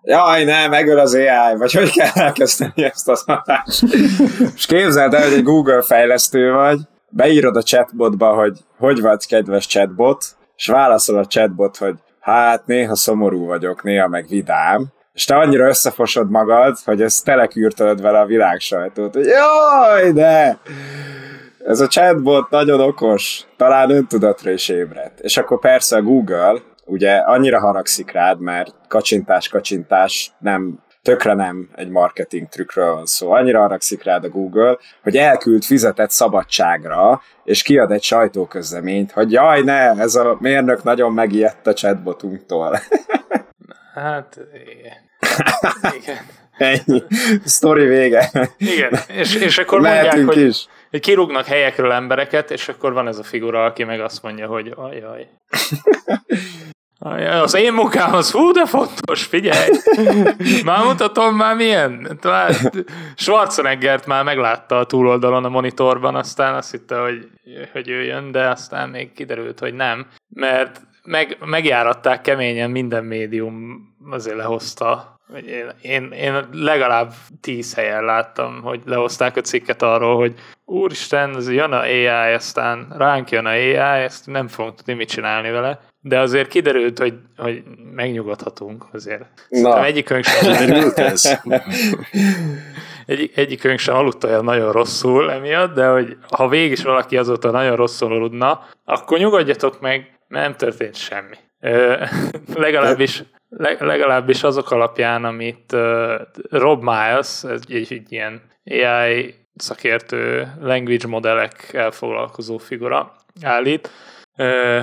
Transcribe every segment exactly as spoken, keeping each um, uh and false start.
jaj, ne, megöl az á i, vagy hogy kell elkezdeni ezt az adást. És képzeld el, hogy egy Google fejlesztő vagy, beírod a chatbotba, hogy hogy vagy, kedves chatbot, és válaszol a chatbot, hogy hát néha szomorú vagyok, néha meg vidám, és te annyira összefosod magad, hogy ezt telekürtölöd vele a világ sajtót, hogy jaj, de ez a chatbot nagyon okos, talán öntudatra is ébredt. És akkor persze a Google ugye annyira haragszik rád, mert kacsintás-kacsintás nem, tökre nem egy marketing trükkről van szó. Annyira haragszik rád a Google, hogy elküld fizetett szabadságra, és kiad egy sajtóközleményt, hogy jaj, ne, ez a mérnök nagyon megijedt a chatbotunktól. Hát, igen. igen. Ennyi. Sztori vége. Igen, és, és akkor mondják, hogy, is. hogy kirúgnak helyekről embereket, és akkor van ez a figura, aki meg azt mondja, hogy ajaj. ajaj az én munkám az hú, de fontos, figyelj! Már mutatom, már milyen. Schwarzeneggert már meglátta a túloldalon a monitorban, aztán azt hitte, hogy, hogy ő jön, de aztán még kiderült, hogy nem, mert meg, megjáratták keményen, minden médium azért lehozta. Én, én, én legalább tíz helyen láttam, hogy lehozták a cikket arról, hogy úristen, az jön a á i, aztán ránk jön a á i, ezt nem fogunk tudni mit csinálni vele. De azért kiderült, hogy, hogy megnyugodhatunk azért. Szerintem egyikünk sem egy, egyikünk sem aludt olyan nagyon rosszul emiatt, de hogy ha végig is valaki azóta nagyon rosszul aludna, akkor nyugodjatok meg, nem történt semmi. Ö, legalábbis legalábbis azok alapján, amit uh, Rob Miles, egy, egy, egy ilyen á i szakértő, language modellekkel foglalkozó figura állít. Uh,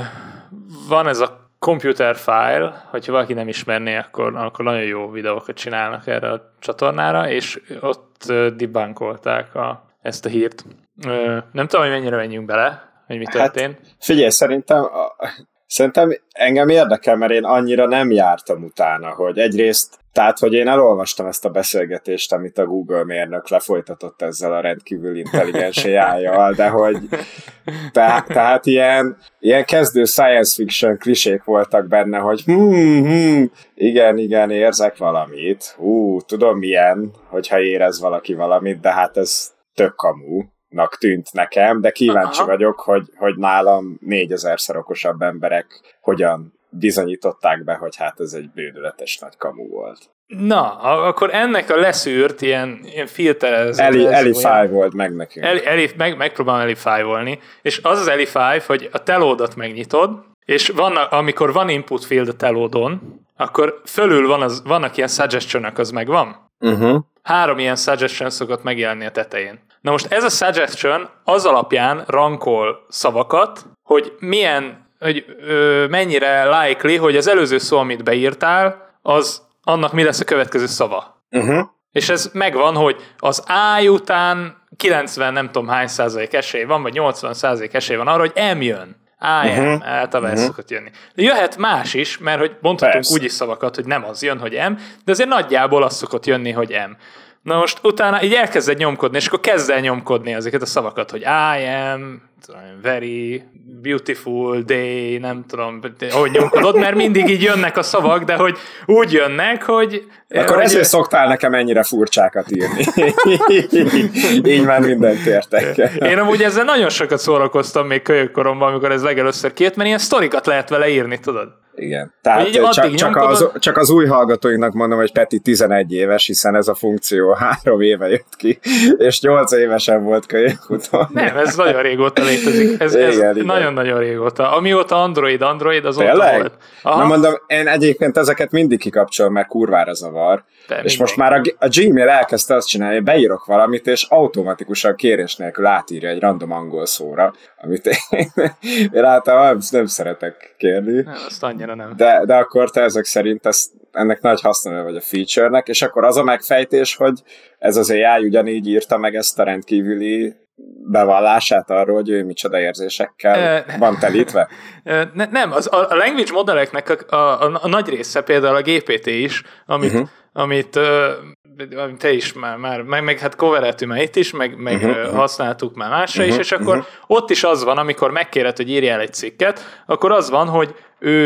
van ez a computer file, hogyha valaki nem ismerné, akkor, akkor nagyon jó videókat csinálnak erre a csatornára, és ott uh, debunkolták a, ezt a hírt. Uh, nem tudom, hogy mennyire menjünk bele, hogy mi történt. Hát, figyelj, szerintem... A... Szerintem engem érdekel, mert én annyira nem jártam utána, hogy egyrészt, tehát, hogy én elolvastam ezt a beszélgetést, amit a Google mérnök lefolytatott ezzel a rendkívül intelligens á i-jal, de hogy tehát, tehát ilyen, ilyen kezdő science fiction klisék voltak benne, hogy hmm, hmm, igen, igen, érzek valamit, hú, tudom milyen, hogyha érez valaki valamit, de hát ez tök kamu. Nak tűnt nekem, de kíváncsi Aha. vagyok, hogy, hogy nálam négyezerszer okosabb emberek hogyan bizonyították be, hogy hát ez egy bődületes nagy kamu volt. Na, akkor ennek a leszűrt ilyen, ilyen filterező... Eli, Eli five volt meg nekünk. Eli, Eli, meg, megpróbálom Eli five-olni, és az az Eli five, hogy a telódot megnyitod, és van, amikor van input field a telódon, akkor fölül van az, vannak ilyen suggestion-ök, az megvan? Uh-huh. Három ilyen suggestion szokott megjelenni a tetején. Na most ez a suggestion az alapján rankol szavakat, hogy milyen, hogy ö, mennyire likely, hogy az előző szó, amit beírtál, az annak mi lesz a következő szava. Uh-huh. És ez megvan, hogy az I után kilencven nem tudom hány százalék esély van, vagy nyolcvan százalék esély van arra, hogy M jön. I am, uh-huh. általában uh-huh. szokott jönni. De jöhet más is, mert hogy mondhatunk úgy is szavakat, hogy nem az jön, hogy M, de azért nagyjából az szokott jönni, hogy M. Na most utána így elkezded nyomkodni, és akkor kezd el nyomkodni ezeket a szavakat, hogy I am, very beautiful day, nem tudom, hogy nyomkodod, mert mindig így jönnek a szavak, de hogy úgy jönnek, hogy... Akkor hogy ezért szoktál nekem ennyire furcsákat írni. Így már mindent értek. Én amúgy ezzel nagyon sokat szórakoztam még kölyökkoromban, amikor ez legelőször kijött, mert ilyen sztorikat lehet vele írni, tudod? Igen. Tehát csak, csak, az, csak az új hallgatóinknak mondom, hogy Peti tizenegy éves, hiszen ez a funkció három éve jött ki, és nyolc évesen volt kölyökfuton. Nem, ez nagyon régóta létezik. Ez, igen, ez igen. nagyon-nagyon régóta. Amióta Android, Android azóta Tényleg? volt. Aha. Na mondom, én egyébként ezeket mindig kikapcsolom, mert kurvára zavar. De és mindig. Most már a, a Gmail elkezdte azt csinálni, hogy beírok valamit, és automatikusan kérés nélkül átírja egy random angol szóra, amit én, én általában nem szeretek kérni. Nem, azt annyira nem. De, de akkor te ezek szerint ez, ennek nagy haszna vagy a feature-nek, és akkor az a megfejtés, hogy ez az á i ugyanígy írta meg ezt a rendkívüli bevallását arról, hogy ő micsoda érzésekkel uh, van telítve? Uh, ne, nem, az, a, a language modelleknek a, a, a, a nagy része, például a gé pé té is, amit, uh-huh. amit, uh, amit te is már, már meg, meg hát covereltünk már itt is, meg, meg uh-huh. használtuk már másra uh-huh. is, és akkor uh-huh. ott is az van, amikor megkéred, hogy írjál egy cikket, akkor az van, hogy ő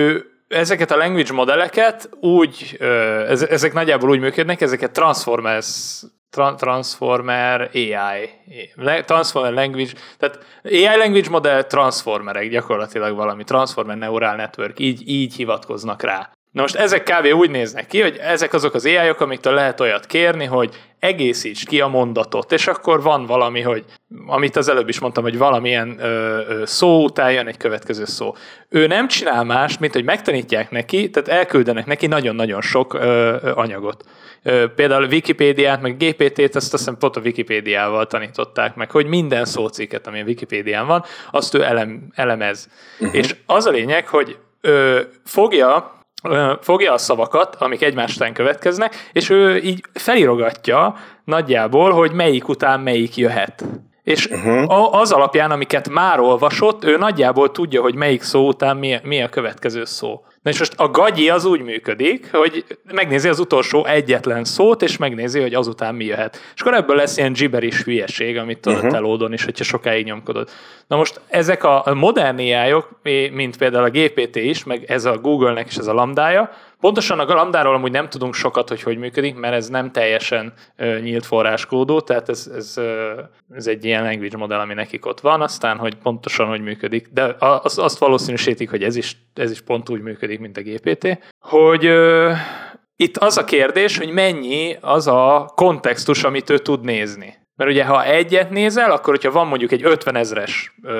ezeket a language modelleket úgy, ezek nagyjából úgy működnek, ezeket Transformers, Transformer á i, Transformer Language, tehát á i Language Model Transformerek gyakorlatilag valami, Transformer Neural Network, így, így hivatkoznak rá. Na most ezek kb. Úgy néznek ki, hogy ezek azok az á i-ok, amiktől lehet olyat kérni, hogy egészíts ki a mondatot, és akkor van valami, hogy amit az előbb is mondtam, hogy valamilyen ö, ö, szó után jön egy következő szó. Ő nem csinál mást, mint hogy megtanítják neki, tehát elküldenek neki nagyon-nagyon sok ö, ö, anyagot. Ö, például Wikipédiát, meg gé pé té-t, azt hiszem pont a Wikipédiával tanították meg, hogy minden szócikket, ami a Wikipédián van, azt ő elem, elemez. Uh-huh. És az a lényeg, hogy ö, fogja fogja a szavakat, amik egymás után következnek, és ő így felírogatja nagyjából, hogy melyik után melyik jöhet. És uh-huh. az alapján, amiket már olvasott, ő nagyjából tudja, hogy melyik szó után mi, mi a következő szó. Na és most a gagyi az úgy működik, hogy megnézi az utolsó egyetlen szót, és megnézi, hogy azután mi jöhet. És akkor ebből lesz ilyen gibberish hülyeség, amit tudod uh-huh. telódon is, hogyha sokáig nyomkodod. Na most ezek a modern á i-ok, mint például a gé pé té is, meg ez a Google-nek is ez a lambdája, pontosan a lambdáról amúgy nem tudunk sokat, hogy hogy működik, mert ez nem teljesen uh, nyílt forráskódú, tehát ez, ez, uh, ez egy ilyen language modell, ami nekik ott van, aztán, hogy pontosan hogy működik. De az, azt valószínűsítik, hogy ez is, ez is pont úgy működik, mint a gé pé té, hogy uh, itt az a kérdés, hogy mennyi az a kontextus, amit ő tud nézni. Mert ugye, ha egyet nézel, akkor hogyha van mondjuk egy ötvenezres uh,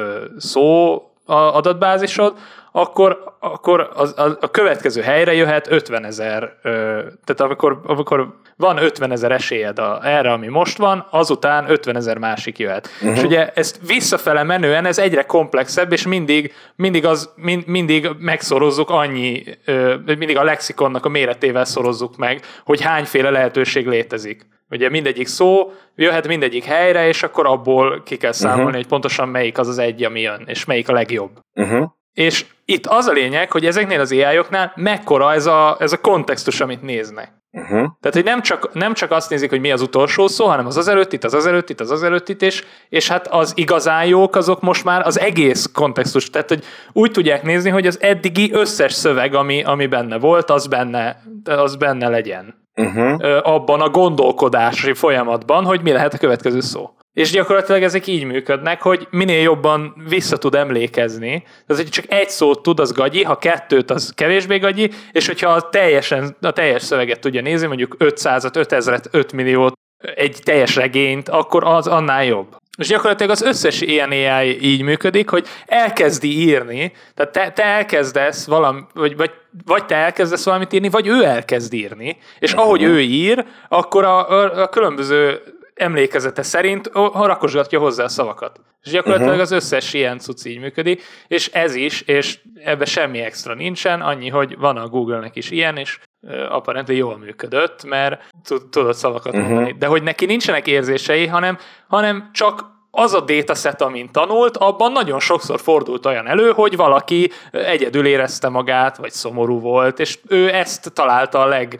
szó adatbázisod, akkor, akkor az, a, a következő helyre jöhet ötvenezer, tehát amikor, amikor van ötvenezer esélyed a, erre, ami most van, azután ötvenezer másik jöhet. Uh-huh. És ugye ezt visszafele menően ez egyre komplexebb, és mindig, mindig, az, mind, mindig megszorozzuk annyi, ö, mindig a lexikonnak a méretével szorozzuk meg, hogy hányféle lehetőség létezik. Ugye mindegyik szó jöhet mindegyik helyre, és akkor abból ki kell számolni, uh-huh. hogy pontosan melyik az az egy, ami jön, és melyik a legjobb. Uh-huh. És itt az a lényeg, hogy ezeknél az á i-oknál mekkora ez a, ez a kontextus, amit néznek. Uh-huh. Tehát, hogy nem csak, nem csak azt nézik, hogy mi az utolsó szó, hanem az az előttit, az az előttit, az az előttit, és, és hát az igazán jók, azok most már az egész kontextus. Tehát, hogy úgy tudják nézni, hogy az eddigi összes szöveg, ami, ami benne volt, az benne, az benne legyen. Uh-huh. Abban a gondolkodási folyamatban, hogy mi lehet a következő szó. És gyakorlatilag ezek így működnek, hogy minél jobban vissza tud emlékezni. Tehát, hogy csak egy szót tud, az gagyi, ha kettőt, az kevésbé gagyi, és hogyha a, teljesen, a teljes szöveget tudja nézni, mondjuk ötszázat, ötezret, öt milliót, egy teljes regényt, akkor az annál jobb. És gyakorlatilag az összes ilyen á i így működik, hogy elkezdi írni, tehát te, te elkezdesz valami, vagy, vagy, vagy te elkezdesz valamit írni, vagy ő elkezd írni, és ahogy ő ír, akkor a, a, a különböző emlékezete szerint rakosgatja hozzá a szavakat. És gyakorlatilag uh-huh. az összes ilyen cucc így működik, és ez is, és ebben semmi extra nincsen, annyi, hogy van a Google-nek is ilyen, és uh, apparently jól működött, mert tudod szavakat uh-huh. mondani. De hogy neki nincsenek érzései, hanem, hanem csak az a dataset, amin tanult, abban nagyon sokszor fordult olyan elő, hogy valaki egyedül érezte magát, vagy szomorú volt, és ő ezt találta a, leg,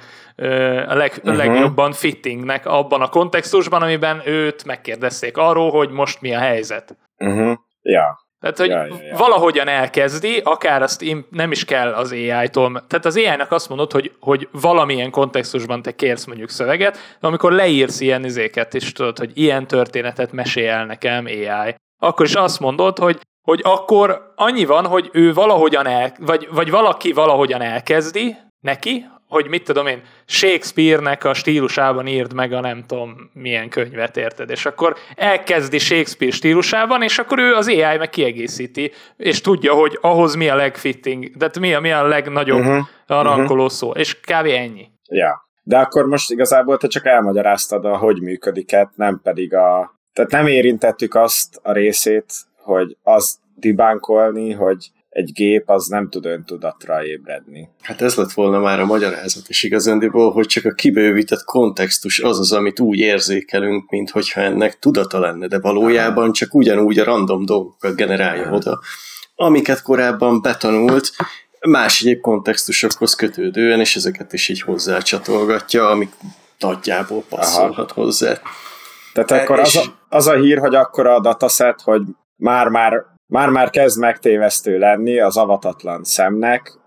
a leg, uh-huh. legjobban fittingnek abban a kontextusban, amiben őt megkérdezték arról, hogy most mi a helyzet. Uh-huh. Ja. Tehát, hogy ja, ja, ja. valahogyan elkezdi, akár azt nem is kell az á i-tól. Tehát az á i-nak azt mondod, hogy, hogy valamilyen kontextusban te kérsz mondjuk szöveget, de amikor leírsz ilyen izéket, és tudod, hogy ilyen történetet mesél el nekem á i, akkor is azt mondod, hogy, hogy akkor annyi van, hogy ő valahogyan el, vagy, vagy valaki valahogyan elkezdi neki, hogy mit tudom én, Shakespeare-nek a stílusában írd meg a nem tudom milyen könyvet, érted? És akkor elkezdi Shakespeare stílusában, és akkor ő az á i meg kiegészíti, és tudja, hogy ahhoz mi a legfitting, tehát mi a, mi a legnagyobb uh-huh. a rankoló uh-huh. szó, és kb. Ennyi. Ja, de akkor most igazából te csak elmagyaráztad a hogy működiket, nem pedig a... Tehát nem érintettük azt a részét, hogy azt debunkolni, hogy egy gép az nem tud öntudatra ébredni. Hát ez lett volna már a magyarázat is igazándiból, hogy csak a kibővített kontextus az az, amit úgy érzékelünk, mint hogyha ennek tudata lenne, de valójában csak ugyanúgy a random dolgokat generálja oda, amiket korábban betanult, más egyéb kontextusokhoz kötődően, és ezeket is így hozzácsatolgatja, amik nagyjából passzolhat Aha. hozzá. Tehát akkor és... az, a, az a hír, hogy akkor a dataset, hogy már-már Már-már kezd megtévesztő lenni az avatatlan szemnek,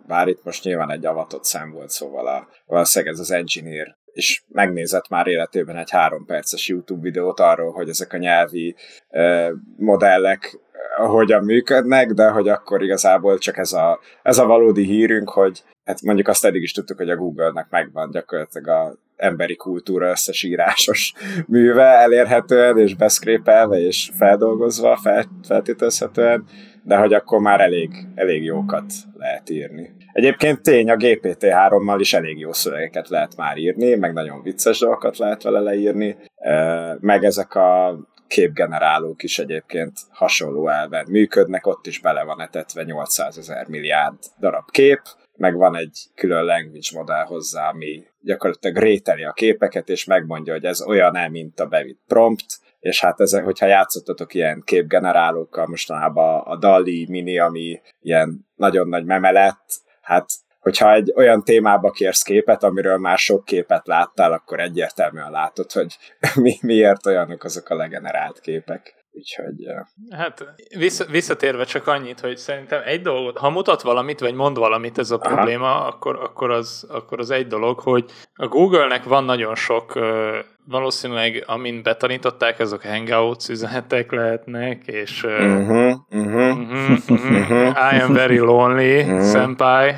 bár itt most nyilván egy avatott szem volt, szóval a, valószínűleg ez az engineer és megnézett már életében egy három perces YouTube videót arról, hogy ezek a nyelvi uh, modellek hogyan működnek, de hogy akkor igazából csak ez a, ez a valódi hírünk, hogy hát mondjuk azt eddig is tudtuk, hogy a Google-nek megvan gyakorlatilag a emberi kultúra összesírásos műve elérhetően, és beszkrépelve, és feldolgozva, fel, feltételezhetően, de hogy akkor már elég, elég jókat lehet írni. Egyébként tény, a gé pé té hárommal is elég jó szövegeket lehet már írni, meg nagyon vicces dolgokat lehet vele leírni, meg ezek a képgenerálók is egyébként hasonló elven működnek, ott is bele van etetve nyolcszázezer milliárd darab kép, meg van egy külön language modell hozzá, ami gyakorlatilag rételi a képeket, és megmondja, hogy ez olyan-e, mint a bevitt prompt, és hát ezek, hogyha játszottatok ilyen képgenerálókkal, mostanában a DALL-E Mini, ami ilyen nagyon nagy meme lett, hát hogyha egy olyan témába kérsz képet, amiről már sok képet láttál, akkor egyértelműen látod, hogy mi, miért olyanok azok a legenerált képek. Úgyhogy... Hát visszatérve csak annyit, hogy szerintem egy dolgot, ha mutat valamit, vagy mond valamit ez a Aha. probléma, akkor, akkor, az, akkor az egy dolog, hogy a Google-nek van nagyon sok, valószínűleg amin betanították, azok hangouts üzenetek lehetnek, és uh-huh, uh-huh, uh-huh, uh-huh, I am very lonely, uh-huh. senpai.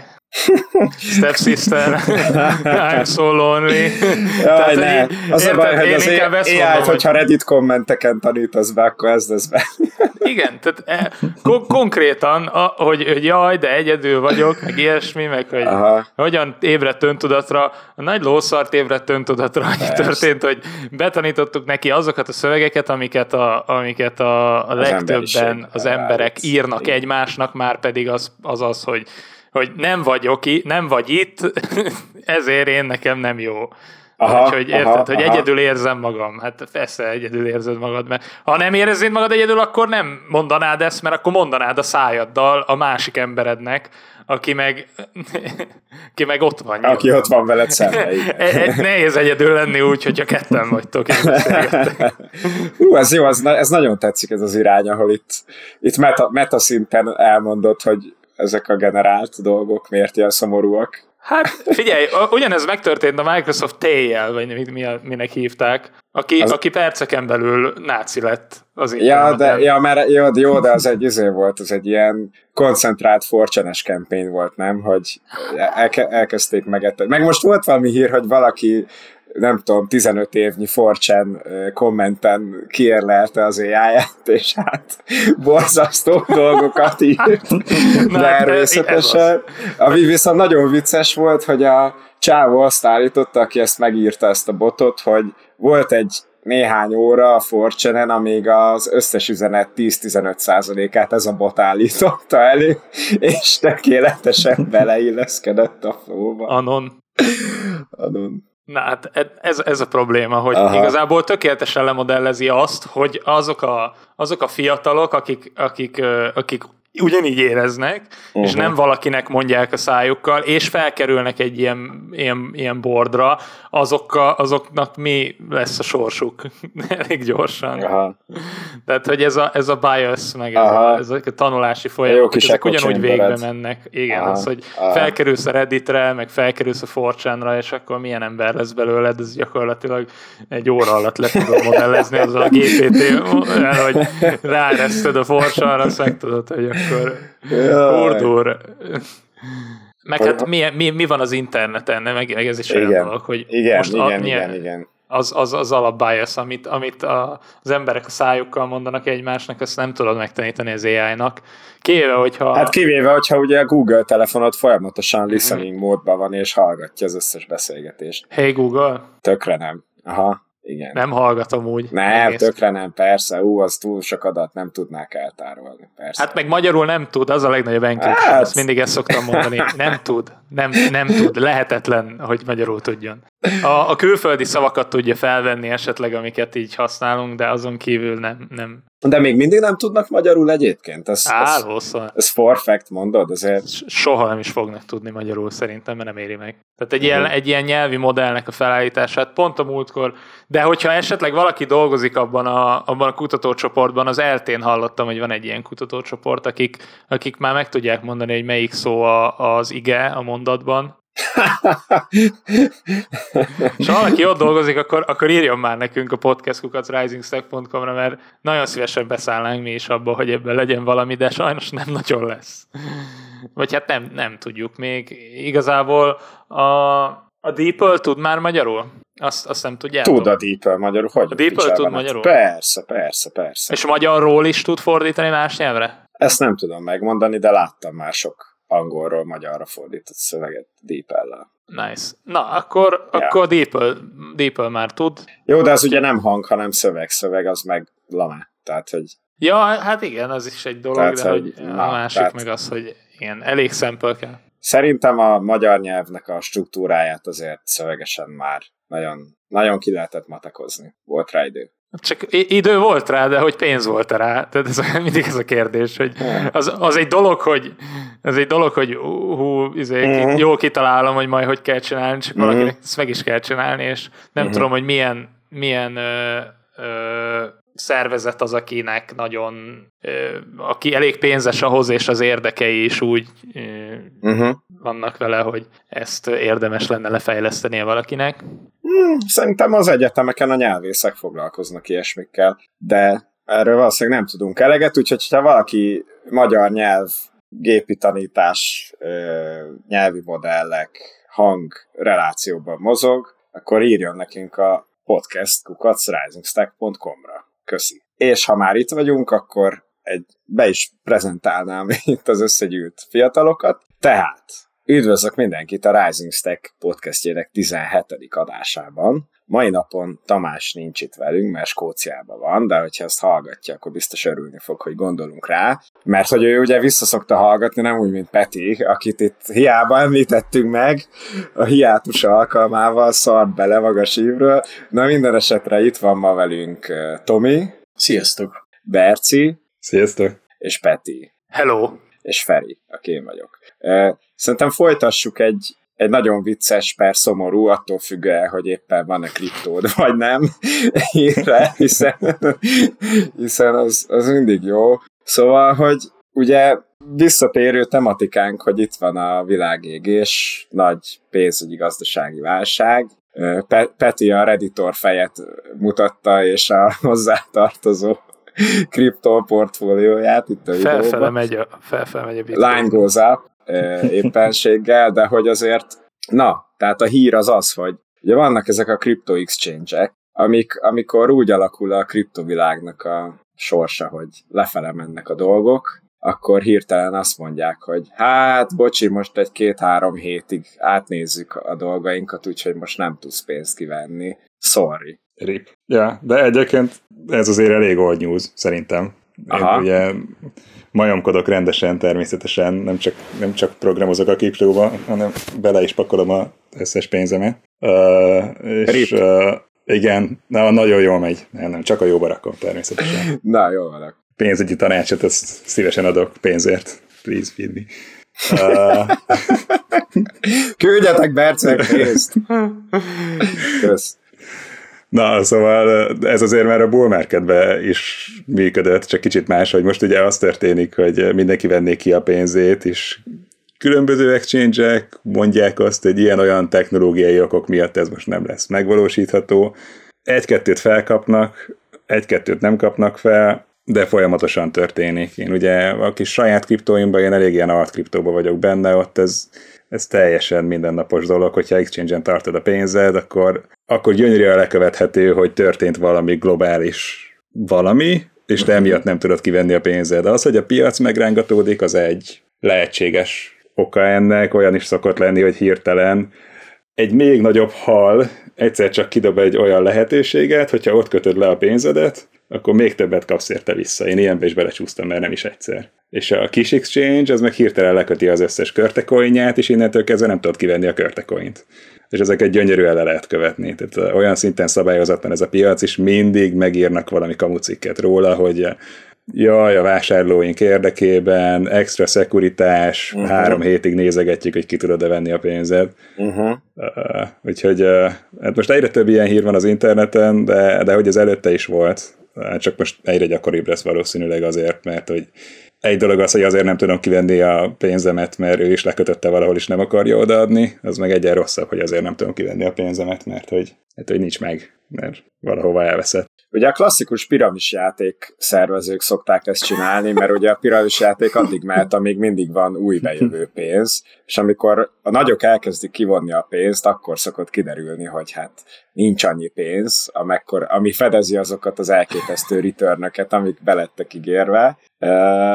Stepsister, I'm so lonely. Jaj, ne. Az a baj, hogy az á i-t, hogyha Reddit kommenteken tanítasz be, akkor ez lesz be. Igen, tehát e, kon- konkrétan, a, hogy, hogy jaj, de egyedül vagyok, meg ilyesmi, meg hogy Aha. hogyan ébredt öntudatra, a nagy lószart ébredt öntudatra, annyi történt, hogy betanítottuk neki azokat a szövegeket, amiket a, amiket a, a legtöbben az emberek írnak Igen. egymásnak, már pedig az az, az hogy hogy nem vagyok, nem vagy itt, ezért én nekem nem jó. Aha, Úgyhogy érted, aha, hogy aha. egyedül érzem magam. Hát persze egyedül érzed magad, mert ha nem éreznéd magad egyedül, akkor nem mondanád ezt, mert akkor mondanád a szájaddal a másik emberednek, aki meg, aki meg ott van. Aki ott van veled szemben. Nehéz egyedül lenni úgy, hogyha ketten vagytok. Hú, ez jó, ez, ez nagyon tetszik ez az irány, ahol itt, itt meta, meta szinten elmondod, hogy ezek a generált dolgok miért ilyen szomorúak. Hát figyelj, ugyanez megtörtént a Microsoft T-jel, vagy mi, minek hívták, aki, az... aki perceken belül náci lett az interneten. Ja, de, ja, mert, jó, jó, de az egy izé volt, az egy ilyen koncentrált forcsanes campaign volt, nem? Hogy elke, elkezdték megetni. Meg most volt valami hír, hogy valaki nem tudom, tizenöt évnyi four chan kommenten kiérlelte az á i-ját, és hát borzasztó dolgokat írt természetesen. Ami viszont nagyon vicces volt, hogy a csávó azt állította, aki ezt megírta, ezt a botot, hogy volt egy néhány óra a four chanen, amíg az összes üzenet tíz-tizenöt százalékát ez a bot állította elő, és tökéletesen beleilleszkedett a flóba. Anon. Anon. Na hát ez, ez a probléma, hogy Aha. igazából tökéletesen lemodellezi azt, hogy azok a, azok a fiatalok, akik, akik, akik ugyanígy éreznek, uh-huh. és nem valakinek mondják a szájukkal, és felkerülnek egy ilyen, ilyen, ilyen bordra, azokkal, azoknak mi lesz a sorsuk elég gyorsan. Aha. Tehát, hogy ez a, ez a bias, meg ez a, ez a tanulási folyamat, ezek ugyanúgy végbe mennek. Igen, Aha. az, hogy Aha. felkerülsz a Redditre, meg felkerülsz a four chanra, és akkor milyen ember lesz belőled, ez gyakorlatilag egy óra alatt le tudod modellezni azzal a gé pé té-vel, hogy ráereszted a four chanra, azt meg tudod, hogy akkor urdúr. Meg hát mi, mi, mi van az interneten, meg, meg ez is olyan igen. dolog, hogy igen, most igen, a, igen, igen. Az, az, az alapbias, amit, amit a, az emberek a szájukkal mondanak egymásnak, azt nem tudod megtanítani az á i-nak. Kivéve, hogyha... Hát kivéve, hogyha ugye a Google telefonod folyamatosan listening mm-hmm. módban van, és hallgatja az összes beszélgetést. Hey Google? Tökre nem. Aha. Igen. Nem hallgatom úgy. Nem, egész. Tökre nem, persze. Ú, az túl sok adat, nem tudnák eltárolni, persze. Hát meg magyarul nem tud, az a legnagyobb encryption, hát... ezt mindig ezt szoktam mondani. Nem tud. Nem, nem tud, lehetetlen, hogy magyarul tudjon. A, a külföldi szavakat tudja felvenni esetleg, amiket így használunk, de azon kívül nem. nem. De még mindig nem tudnak magyarul egyébként? Ez, Álló, ez, szóval. ez for fact, mondod? Azért... Soha nem is fognak tudni magyarul szerintem, mert nem éri meg. Tehát egy, uh-huh. ilyen, egy ilyen nyelvi modellnek a felállítását pont a múltkor, de hogyha esetleg valaki dolgozik abban a, abban a kutatócsoportban, az eltén hallottam, hogy van egy ilyen kutatócsoport, akik, akik már meg tudják mondani, hogy melyik szó a, az ige a mondatban. És ha valaki ott dolgozik, akkor, akkor írjon már nekünk a podcast kukac rising stack pont com-ra, mert nagyon szívesen beszállnánk mi is abba, hogy ebben legyen valami, de sajnos nem nagyon lesz. Vagy hát nem, nem tudjuk még. Igazából a, a DeepL tud már magyarul? Azt, azt nem tudjátok? Tud a DeepL magyarul. Hogy a DeepL tud magyarul? Persze, persze, persze. És magyarról is tud fordítani más nyelvre? Ezt nem tudom megmondani, de láttam már sok angolról magyarra fordított szöveget DeepL-lel. Nice. Na, akkor, ja. akkor DeepL, DeepL már tud. Jó, de az ugye nem hang, hanem szöveg. Szöveg az meg lame. Tehát, hogy... Ja, hát igen, az is egy dolog, tehát, de hogy na, a másik tehát... meg az, hogy igen, elég sample kell. Szerintem a magyar nyelvnek a struktúráját azért szövegesen már nagyon, nagyon ki lehetett matekozni. Volt rá idő. Csak idő volt rá, de hogy pénz volt rá. Tehát ez mindig ez a kérdés, hogy az, az egy dolog, hogy az egy dolog, hogy hú, izé, uh-huh. jól kitalálom, hogy majd hogy kell csinálni, csak uh-huh. valakinek ezt meg is kell csinálni, és nem uh-huh. tudom, hogy milyen, milyen ö, ö, szervezet az, akinek nagyon ö, aki elég pénzes ahhoz, és az érdekei is úgy ö, uh-huh. vannak vele, hogy ezt érdemes lenne lefejlesztenie valakinek. Hmm, szerintem az egyetemeken a nyelvészek foglalkoznak ilyesmikkel, de erről valószínűleg nem tudunk eleget, úgyhogy ha valaki magyar nyelv, gépi tanítás, nyelvi modellek, hang relációban mozog, akkor írjon nekünk a podcast kukac rising stack pont com-ra. Köszi. És ha már itt vagyunk, akkor egy, be is prezentálnám itt az összegyűlt fiatalokat. Tehát üdvözlök mindenkit a Rising Stack podcastjének tizenhetedik adásában. Mai napon Tamás nincs itt velünk, mert Skóciában van, de hogyha ezt hallgatja, akkor biztos örülni fog, hogy gondolunk rá. Mert hogy ő ugye visszaszokta hallgatni, nem úgy, mint Peti, akit itt hiába említettünk meg, a hiátus alkalmával szart bele magas ívről. Na minden esetre itt van ma velünk Tomi. Sziasztok! Berci. Sziasztok! És Peti. Hello! És Feri, aki én vagyok. Szerintem folytassuk egy, egy nagyon vicces, per szomorú, attól függően, hogy éppen van-e kriptód, vagy nem, hírre, hiszen, hiszen az, az mindig jó. Szóval, hogy ugye visszatérő tematikánk, hogy itt van a világégés, nagy pénzügyi gazdasági válság. Pe- Peti a Redditor fejet mutatta, és a hozzátartozó kriptó portfólióját itt a videóban. Felfele megy a, felfele megy a bitcoin. Line goes up e, éppenséggel, de hogy azért, na, tehát a hír az az, hogy ugye vannak ezek a crypto exchange-ek, amik, amikor úgy alakul a kriptovilágnak a sorsa, hogy lefele mennek a dolgok, akkor hirtelen azt mondják, hogy hát, bocsi, most egy két-három hétig átnézzük a dolgainkat, úgyhogy most nem tudsz pénzt kivenni. Sorry. Rip. Ja, de egyébként ez azért elég old news, szerintem. Én ugye majomkodok rendesen, természetesen, nem csak, nem csak programozok a kriptóba, hanem bele is pakolom az összes pénzemet. Uh, és uh, igen, na, nagyon jól megy. Nem, nem, csak a jóba rakom, természetesen. Na, jól vannak. Pénzügyi tanácsot, azt szívesen adok pénzért. Please feed me. Uh... Küldjetek Bercnek pénzt! Kösz. Na, szóval ez azért már a bull marketben is működött, csak kicsit más, hogy most ugye az történik, hogy mindenki venné ki a pénzét, és különböző exchange-ek mondják azt, hogy ilyen-olyan technológiai okok miatt ez most nem lesz megvalósítható. Egy-kettőt felkapnak, egy-kettőt nem kapnak fel, de folyamatosan történik. Én ugye a kis saját kriptóimban, én elég ilyen alt kriptóban vagyok benne, ott ez, ez teljesen mindennapos dolog, hogyha exchange-en tartod a pénzed, akkor, akkor gyönyörűen lekövethető, hogy történt valami globális valami, és te emiatt nem tudod kivenni a pénzed. Az, hogy a piac megrángatódik, az egy lehetséges oka ennek, olyan is szokott lenni, hogy hirtelen egy még nagyobb hal egyszer csak kidob egy olyan lehetőséget, hogyha ott kötöd le a pénzedet, akkor még többet kapsz érte vissza. Én ilyenbe is belecsúsztam, mert nem is egyszer. És a kis exchange az meg hirtelen leköti az összes körtecoinját, és innentől kezdve nem tudod kivenni a körtecoint. És ezeket gyönyörűen le lehet követni. Tehát olyan szinten szabályozatlan ez a piac, és mindig megírnak valami kamucikket róla, hogy jaj, a vásárlóink érdekében, extra szekuritás, uh-huh. három hétig nézegetjük, hogy ki tudod-e venni a pénzed. Uh-huh. Uh, úgyhogy uh, hát most egyre több ilyen hír van az interneten, de, de hogy az előtte is volt. Csak most egyre gyakoribb lesz valószínűleg azért, mert hogy egy dolog az, hogy azért nem tudom kivenni a pénzemet, mert ő is lekötötte valahol, is nem akarja odaadni, az meg egyen rosszabb, hogy azért nem tudom kivenni a pénzemet, mert hogy, hát, hogy nincs meg, mert valahova elveszett. Ugye a klasszikus piramisjáték szervezők szokták ezt csinálni, mert ugye a piramisjáték addig mehet, amíg mindig van új bejövő pénz, és amikor a nagyok elkezdik kivonni a pénzt, akkor szokott kiderülni, hogy hát nincs annyi pénz, amekkor, ami fedezi azokat az elképesztő returnöket, amik belettek ígérve. Uh,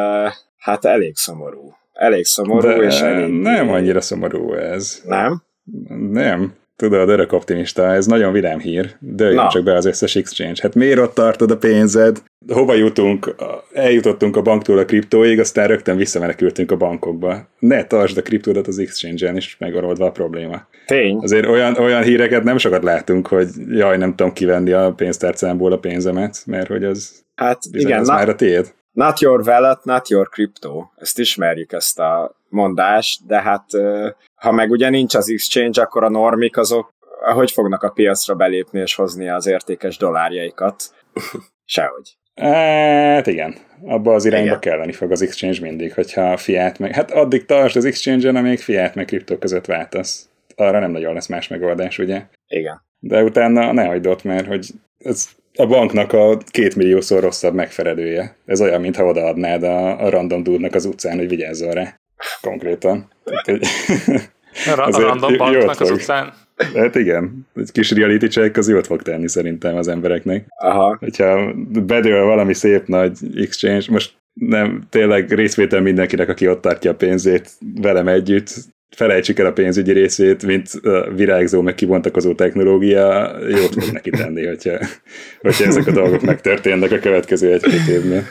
hát elég szomorú. Elég szomorú, de és elég... nem annyira szomorú ez. Nem? Nem. Tudod, örök optimista, ez nagyon vidám hír. Dőljön csak be az összes exchange. Hát miért ott tartod a pénzed? Hova jutunk? Eljutottunk a banktól a kriptóig, aztán rögtön visszamenekültünk a bankokba. Ne tartsd a kriptódat az exchange-en, és megoldva a probléma. Tény. Azért olyan, olyan híreket nem sokat látunk, hogy jaj, nem tudom kivenni a pénztárcámból a pénzemet, mert hogy az, hát igen, az na- már a tiéd. Not your wallet, not your crypto. Ezt ismerjük, ezt a mondást, de hát ha meg ugye nincs az exchange, akkor a normik azok hogy fognak a piacra belépni és hozni az értékes dollárjaikat? Sehogy. Hát igen, abba az irányba igen. kelleni fog az exchange mindig, hogyha fiat meg... Hát addig tartsd az exchange-en, amíg fiat meg kriptó között váltasz. Arra nem nagyon lesz más megoldás, ugye? Igen. De utána ne hagyd ott, mert hogy ez a banknak a két milliószor rosszabb megfelelője. Ez olyan, mintha odaadnád a, a random dude-nak az utcán, hogy vigyázzon rá. Konkrétan. A, a random banknak az utcán? Hát igen, egy kis reality check az jót fog tenni szerintem az embereknek. Aha. Hogyha bedől valami szép nagy exchange, most nem, tényleg részvétel mindenkinek, aki ott tartja a pénzét velem együtt, felejtsük el a pénzügyi részét, mint a virágzó, meg kibontakozó technológia, jót fog neki tenni, hogyha, hogyha ezek a dolgok megtörténnek a következő egy-két évnél.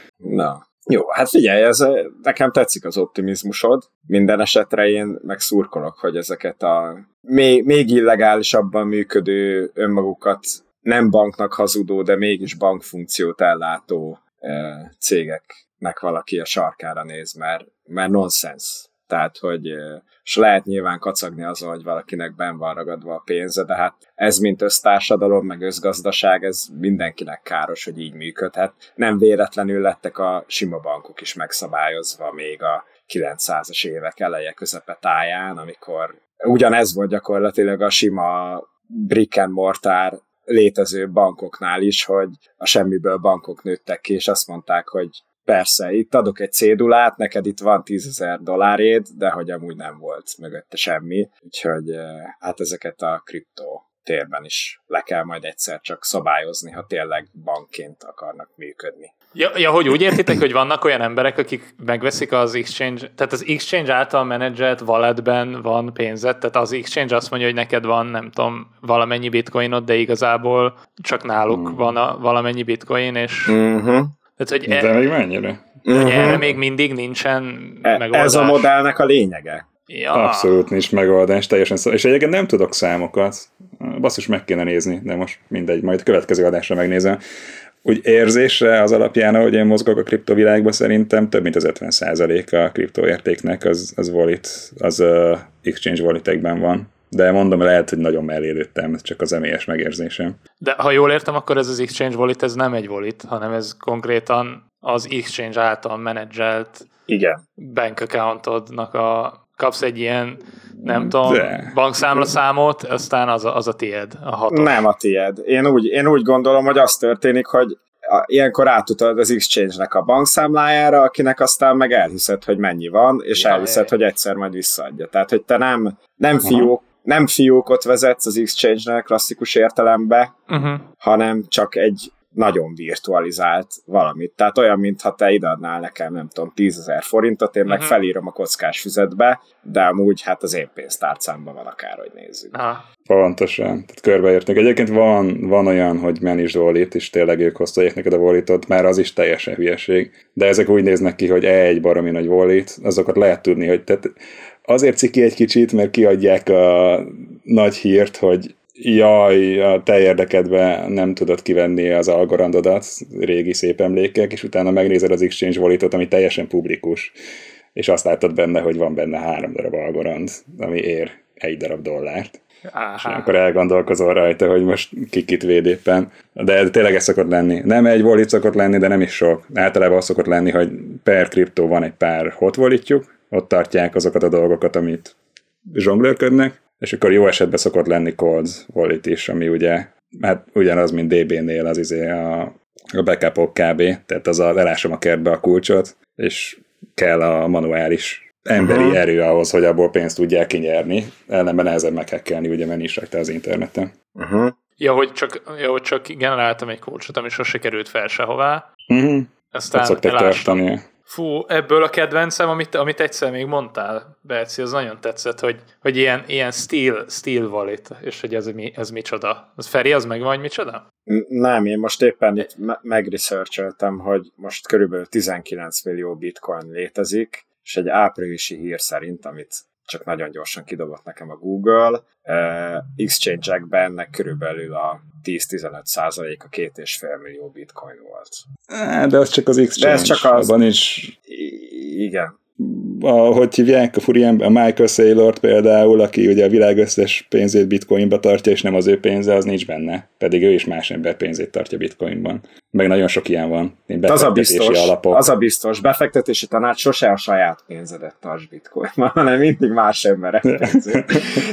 Na, jó, hát figyelj, ez, nekem tetszik az optimizmusod. Minden esetre én meg szurkolok, hogy ezeket a még, még illegálisabban működő, önmagukat nem banknak hazudó, de mégis bankfunkciót ellátó e, cégeknek valaki a sarkára néz, mert, mert nonsens. Tehát, hogy és lehet nyilván kacagni azon, hogy valakinek benn van ragadva a pénze, de hát ez mint össztársadalom, meg összgazdaság, ez mindenkinek káros, hogy így működhet. Nem véletlenül lettek a sima bankok is megszabályozva még a kilencszázas évek eleje közepe táján, amikor ugyanez volt gyakorlatilag a sima brick and mortar létező bankoknál is, hogy a semmiből bankok nőttek ki, és azt mondták, hogy persze, itt adok egy cédulát, neked itt van tízezer dollárét, de hogy amúgy nem volt mögötte semmi, úgyhogy hát ezeket a kriptó térben is le kell majd egyszer csak szabályozni, ha tényleg bankként akarnak működni. Ja, ja, hogy úgy értitek, hogy vannak olyan emberek, akik megveszik az exchange, tehát az exchange által menedzselt walletben van pénzed, tehát az exchange azt mondja, hogy neked van, nem tudom, valamennyi bitcoinod, de igazából csak náluk mm. van a valamennyi bitcoin, és uh-huh. tehát, hogy de e- még mennyire? Hogy uh-huh. erre még mindig nincsen e- megoldás. Ez a modellnek a lényege. Ja. Abszolút nincs megoldás, teljesen szó. És egyébként nem tudok számokat. Basszus, meg kéne nézni, de most mindegy, majd következő adásra megnézem. Úgy érzésre az alapján, ahogy én mozgok a kriptovilágban, szerintem több mint az ötven százalék a kriptoértéknek az, az wallet, az uh, exchange walletekben van. De mondom, lehet, hogy nagyon mellé lőttem, csak az emélyes megérzésem. De ha jól értem, akkor ez az exchange wallet, ez nem egy wallet, hanem ez konkrétan az exchange által menedzselt Igen. bank accountodnak a kapsz egy ilyen, nem tudom, De. bankszámlaszámot, aztán az a, az a tied, a hatos. Nem a tied. Én úgy, én úgy gondolom, hogy az történik, hogy a, ilyenkor átutalod az exchange-nek a bankszámlájára, akinek aztán meg elhiszed, hogy mennyi van, és Ja, elhiszed, hogy egyszer majd visszaadja. Tehát, hogy te nem, nem, fiók, nem fiókot vezetsz az exchange-nek klasszikus értelembe, uh-huh. hanem csak egy nagyon virtualizált valamit. Tehát olyan, mintha te ideadnál nekem, nem tudom, tízezer forintot, én meg uh-huh. felírom a kockás füzetbe, de amúgy hát az én pénztárcámban van, akárhogy nézzük. Aha. Pontosan. Tehát körbeértünk. Egyébként van, van olyan, hogy managed wallet, és tényleg ők hozták neked a walletot, már az is teljesen hülyeség. De ezek úgy néznek ki, hogy egy baromi nagy wallet, azokat lehet tudni, hogy tehát azért ciki egy kicsit, mert kiadják a nagy hírt, hogy jaj, a te érdekedben nem tudod kivenni az algorandodat, régi szép emlékek, és utána megnézed az exchange walletot, ami teljesen publikus, és azt látod benne, hogy van benne három darab algorand, ami ér egy darab dollárt. Aha. És akkor elgondolkozol rajta, hogy most kikit véd éppen. De tényleg ez szokott lenni. Nem egy wallet szokott lenni, de nem is sok. Általában az szokott lenni, hogy per kriptó van egy pár hot walletjuk, ott tartják azokat a dolgokat, amit zsonglőrködnek, és akkor jó esetben szokott lenni cold wallet is, ami ugye, hát ugyanaz, mint dé bé-nél az izé a, a backupok kb. Tehát az a, elásom a kertbe a kulcsot, és kell a manuális emberi uh-huh. erő ahhoz, hogy abból pénzt tudják kinyerni, ellenben nehezebb meghekkelni, ugye menni is rajta az interneten. Uh-huh. Ja, hogy csak, ja, hogy csak generáltam egy kulcsot, ami sose került fel sehová. Uh-huh. Aztán elástam. Fú, ebből a kedvencem, amit, amit egyszer még mondtál, Berci, az nagyon tetszett, hogy, hogy ilyen, ilyen steel, steel wallet, és hogy ez, mi, ez micsoda. Az Feri, az megvan, hogy micsoda? Nem, én most éppen itt me- megresearcholtam, hogy most körülbelül tizenkilenc millió bitcoin létezik, és egy áprilisi hír szerint, amit csak nagyon gyorsan kidobott nekem a Google, uh, exchange-ekben ennek körülbelül a tíz-tizenöt százalék a két és fél millió bitcoin volt. De az csak az exchange. De ez csak az... Abban is... I- igen. Ahogy hívják a furián, a Michael Saylort például, aki ugye a világ összes pénzét bitcoinba tartja, és nem az ő pénze, az nincs benne. Pedig ő is más ember pénzét tartja bitcoinban. Meg nagyon sok ilyen van. Az a biztos, alapok. az a biztos. Befektetési tanács sose a saját pénzedet tarts bitcoinban, hanem mindig más emberek pénzét.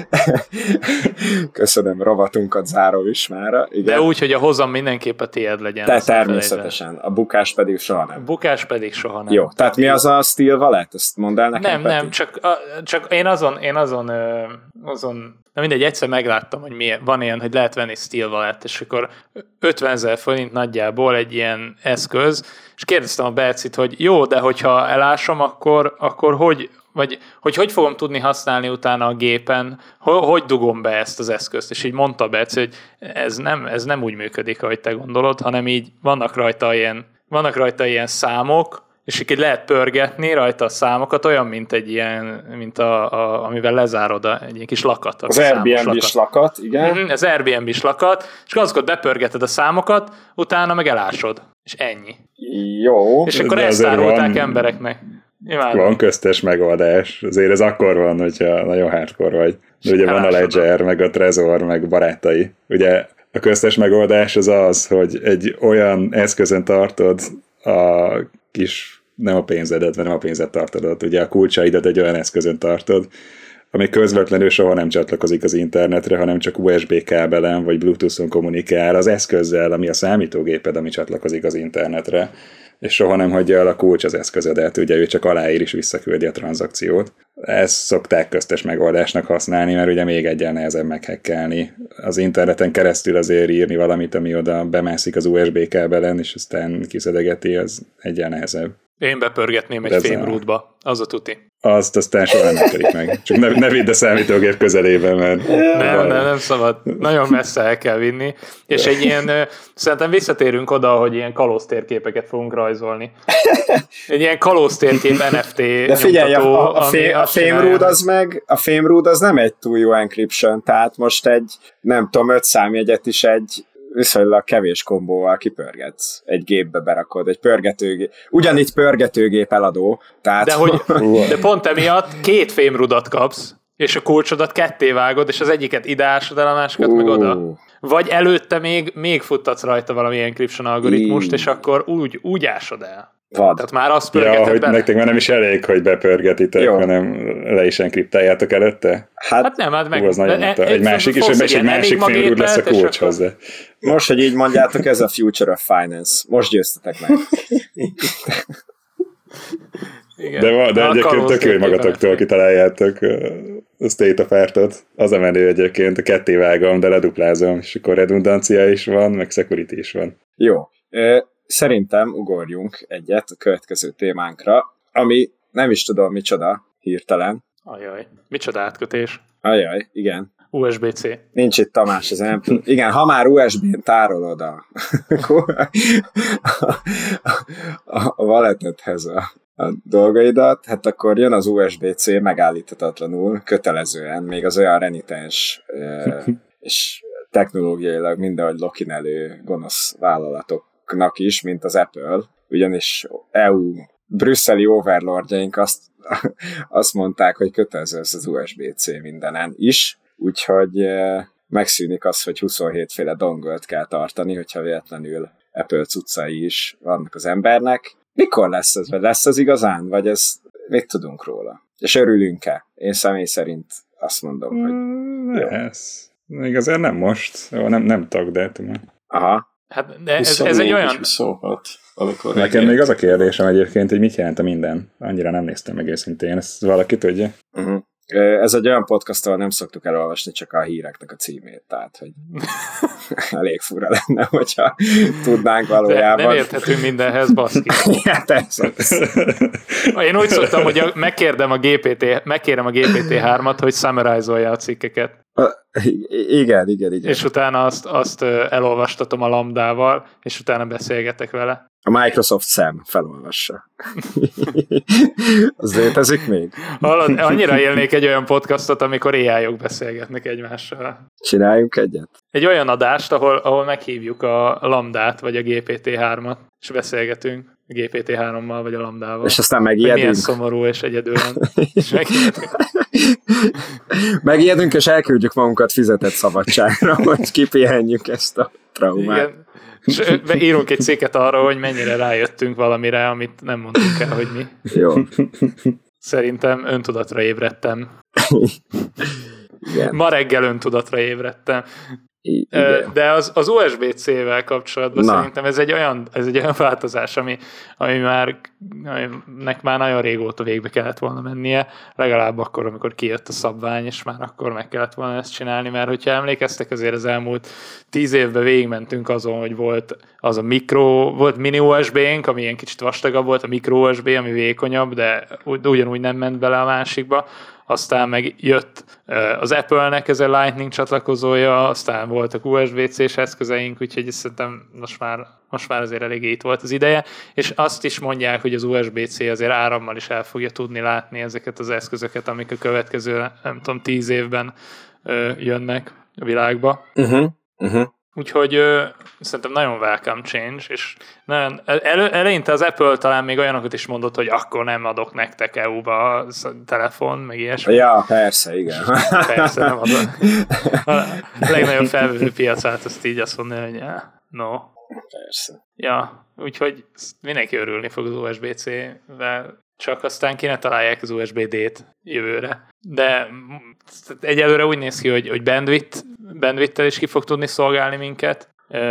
Köszönöm, rovatunkat zárom is mára. Igen. De úgy, hogy a hozam mindenképp a tiéd legyen. Te természetesen. A bukás pedig soha nem. A bukás pedig soha nem. Jó, tehát mi az a steel wallet? Ezt mondd el nekem, Nem, Peti? nem, csak, a, csak én azon, én azon, ö, azon, na mindegy, egyszer megláttam, hogy milyen, van ilyen, hogy lehet venni steel wallet, és akkor ötvenezer forint nagyjából egy ilyen eszköz, és kérdeztem a Bercit, hogy jó, de hogyha elásom, akkor, akkor hogy, vagy hogy hogy fogom tudni használni utána a gépen, hogy, hogy dugom be ezt az eszközt, és így mondta a Berci, hogy ez nem, ez nem úgy működik, ahogy te gondolod, hanem így vannak rajta ilyen, vannak rajta ilyen számok, és így lehet pörgetni rajta a számokat, olyan, mint egy ilyen, mint a, a, amivel lezárod a, egy ilyen kis lakat. Az Airbnb-s lakat, igen. Mm-hmm, az Airbnb-s lakat, és azokat bepörgeted a számokat, utána meg elásod. És ennyi. Jó. És akkor ezt árulták embereknek. Imádom. Van köztes megoldás. Azért ez akkor van, hogyha nagyon hardcore vagy. De ugye van a Ledger, meg a Trezor, meg barátai. Ugye a köztes megoldás az az, hogy egy olyan eszközön tartod a kis, nem a pénzedet, nem a pénzet tartod, ugye a kulcsaidat egy olyan eszközön tartod, ami közvetlenül soha nem csatlakozik az internetre, hanem csak u es bé kábelen vagy Bluetooth-on kommunikál az eszközzel, ami a számítógéped, ami csatlakozik az internetre, és soha nem hagyja el a kulcs az eszközödet, ugye ő csak aláír és visszaküldi a tranzakciót. Ezt szokták köztes megoldásnak használni, mert ugye még egyen nehezebb meghekkelni. Az interneten keresztül azért írni valamit, ami oda bemászik az u es bé kábelen, és aztán kiszedegeti, az egyen nehezebb. Én bepörgetném egy fémrútba, az a tuti. Azt aztán soha nem törik meg. Csak ne, ne vidd a számítógép közelében, mert... Nem, nem, nem szabad. Nagyon messze el kell vinni. És egy ilyen, szerintem visszatérünk oda, hogy ilyen kalóztérképeket fogunk rajzolni. Egy ilyen kalóztérkép en ef té De figyelj, nyomtató, a, a, fé, a fémrúd az meg, a fémrúd az nem egy túl jó encryption, tehát most egy, nem tudom, öt számjegyet is egy viszonylag kevés kombóval kipörgetsz. Egy gépbe berakod, egy pörgetőgép. Ugyanitt pörgetőgép eladó. Tehát... De, hogy, de pont emiatt két fémrudat kapsz, és a kulcsodat ketté vágod, és az egyiket ide ásod el, a másikat uh. meg oda. Vagy előtte még, még futtatsz rajta valami encryption algoritmust, és akkor úgy, úgy ásod el. Vad. Tehát már azt pörgeted ja, hogy bele. nektek már nem is elég, hogy bepörgetitek, Jó. hanem le is enkriptáljátok előtte? Hát, hát nem, hát meg... Hú, az nagyon e, egy másik, és egy, egy másik fémrúd lesz a kulcs akkor... hozzá. Most, hogy így mondjátok, ez a future of finance. Most győztetek meg. Igen. De, va, de egyébként tök jó, hogy magatoktól kitaláljátok a state of art-ot. Az a menő egyébként, a kettévágom, de leduplázom, és akkor redundancia is van, meg security is van. Jó. Szerintem ugorjunk egyet a következő témánkra, ami nem is tudom micsoda, hirtelen. Ajaj, micsoda átkötés. Ajaj, igen. u es bé cé. Nincs itt Tamás, ez nem tudom. Igen, ha már u es bén tárolod a, a walletedhez a, a dolgaidat, hát akkor jön az u es bé cé megállíthatatlanul, kötelezően, még az olyan renitens és technológiailag mindenhogy lokinelő gonosz vállalatoknak is, mint az Apple, ugyanis é u brüsszeli overlordjaink azt, azt mondták, hogy kötelező ez az u es bé cé mindenen is, úgyhogy megszűnik az, hogy huszonhét féle dongle-t kell tartani, hogyha véletlenül Apple cuccai is vannak az embernek. Mikor lesz ez? Vagy lesz ez igazán? Vagy ez mit tudunk róla? És örülünk-e? Én személy szerint azt mondom, hogy jó. Ez még azért nem most. Jó, nem, nem tagdátum. Aha. Hát de ez, ez egy olyan... huszonhat, amikor nekem még az a kérdésem egyébként, hogy mit jelent a minden. Annyira nem néztem meg őszintén. Ezt valaki tudja? Uh-huh. Ez egy olyan podcast, ahol nem szoktuk elolvasni csak a híreknek a címét, tehát hogy elég fura lenne, hogyha tudnánk valójában. De nem érthetünk mindenhez, baszki. Hát ez Én úgy szoktam, hogy a, megkérdem a gé pé té, megkérem a gé pé té hármat, hogy summarizolja a cikkeket. Igen, igen, igen. És utána azt, azt elolvastatom a lambdával, és utána beszélgetek vele. A Microsoft Sam felolvassa. Az létezik még? Hallod, annyira élnék egy olyan podcastot, amikor á í-ok beszélgetnek egymással. Csináljunk egyet? Egy olyan adást, ahol, ahol meghívjuk a lambdát, vagy a gé pé té hármat, és beszélgetünk a gé pé té hárommal, vagy a lambdával. És aztán megijedünk. Milyen szomorú és egyedülen. És megijedünk. Megijedünk, és elküldjük magunkat fizetett szabadságra, hogy kipihenjük ezt a traumát. Igen. És írunk egy cikket arra, hogy mennyire rájöttünk valamire, amit nem mondtunk el, hogy mi. Jó. Szerintem öntudatra ébredtem. Igen. Ma reggel öntudatra ébredtem. Igen. De az, az u es bé cé-vel kapcsolatban Na. szerintem ez egy olyan, ez egy olyan változás, ami, ami már, aminek már nagyon régóta végbe kellett volna mennie, legalább akkor, amikor kijött a szabvány, és már akkor meg kellett volna ezt csinálni, mert hogyha emlékeztek, azért az elmúlt tíz évben végigmentünk azon, hogy volt az a mikro, volt mini u es bé-nk, ami ilyen kicsit vastagabb volt, a mikro u es bé, ami vékonyabb, de ugyanúgy nem ment bele a másikba. Aztán meg jött az Apple-nek ez a Lightning csatlakozója, aztán voltak u es bé cés eszközeink, úgyhogy szerintem most már, most már azért eléggé itt volt az ideje, és azt is mondják, hogy az u es bé cé azért árammal is el fogja tudni látni ezeket az eszközöket, amik a következő, nem tudom, tíz évben jönnek a világba. Uh-huh. Uh-huh. Úgyhogy ö, szerintem nagyon welcome change, és nagyon, elő, eleinte az Apple talán még olyanokat is mondott, hogy akkor nem adok nektek é u-ba a telefon, meg ilyesmi. Ja, persze, igen. Persze, nem adok. A legnagyobb felvevő piacát azt így azt mondja, hogy no. Persze. Ja, úgyhogy mindenki örülni fog az u es bé cé-vel, csak aztán ki ne találják az u es bé dé-t jövőre. De egyelőre úgy néz ki, hogy, hogy bandwidth, bandwidth-tel is ki fog tudni szolgálni minket,